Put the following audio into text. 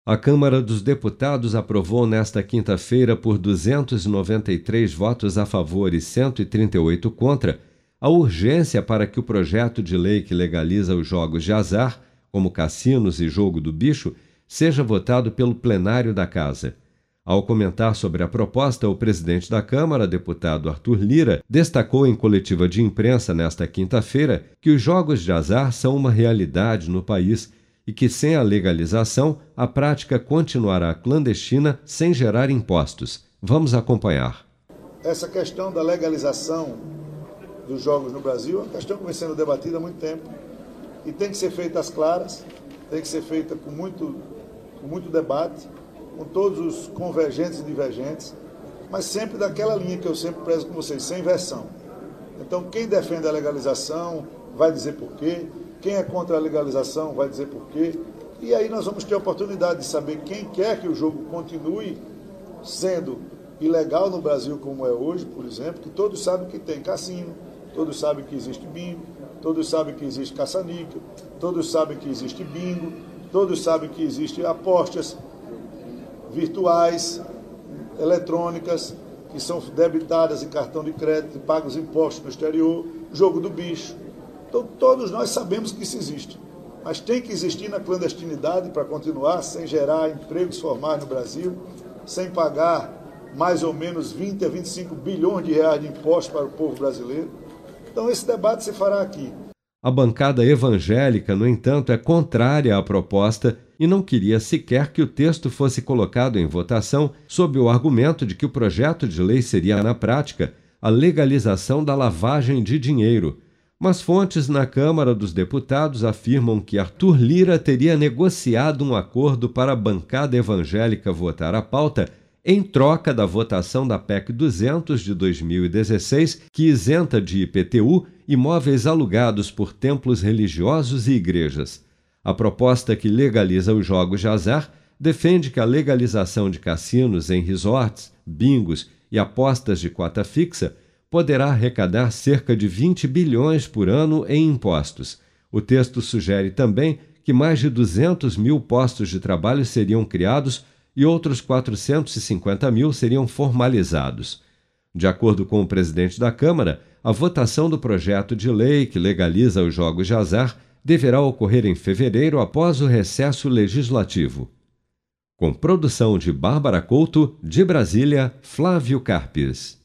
A Câmara dos Deputados aprovou nesta quinta-feira, por 293 votos a favor e 138 contra, a urgência para que o projeto de lei que legaliza os jogos de azar, como cassinos e jogo do bicho, seja votado pelo plenário da Casa. Ao comentar sobre a proposta, o presidente da Câmara, deputado Arthur Lira, destacou em coletiva de imprensa nesta quinta-feira que os jogos de azar são uma realidade no país e que, sem a legalização, a prática continuará clandestina sem gerar impostos. Vamos acompanhar. Essa questão da legalização dos jogos no Brasil é uma questão que vem sendo debatida há muito tempo e tem que ser feita às claras, tem que ser feita com muito debate, com todos os convergentes e divergentes, mas sempre daquela linha que eu sempre prezo com vocês, sem versão. Então, quem defende a legalização vai dizer por quê, quem é contra a legalização vai dizer por quê, e aí nós vamos ter a oportunidade de saber quem quer que o jogo continue sendo ilegal no Brasil, como é hoje, por exemplo, que todos sabem que tem cassino, todos sabem que existe bingo, todos sabem que existe caça-níquel, todos sabem que existe bingo, todos sabem que existe apostas virtuais, eletrônicas, que são debitadas em cartão de crédito e pagam os impostos no exterior, jogo do bicho. Então, todos nós sabemos que isso existe, mas tem que existir na clandestinidade para continuar, sem gerar empregos formais no Brasil, sem pagar mais ou menos 20 a 25 bilhões de reais de impostos para o povo brasileiro. Então, esse debate se fará aqui. A bancada evangélica, no entanto, é contrária à proposta e não queria sequer que o texto fosse colocado em votação sob o argumento de que o projeto de lei seria, na prática, a legalização da lavagem de dinheiro. Mas fontes na Câmara dos Deputados afirmam que Arthur Lira teria negociado um acordo para a bancada evangélica votar a pauta em troca da votação da PEC 200 de 2016, que isenta de IPTU imóveis alugados por templos religiosos e igrejas. A proposta que legaliza os jogos de azar defende que a legalização de cassinos em resorts, bingos e apostas de cota fixa poderá arrecadar cerca de 20 bilhões por ano em impostos. O texto sugere também que mais de 200 mil postos de trabalho seriam criados e outros 450 mil seriam formalizados. De acordo com o presidente da Câmara, a votação do projeto de lei que legaliza os jogos de azar deverá ocorrer em fevereiro após o recesso legislativo. Com produção de Bárbara Couto, de Brasília, Flávio Carpes.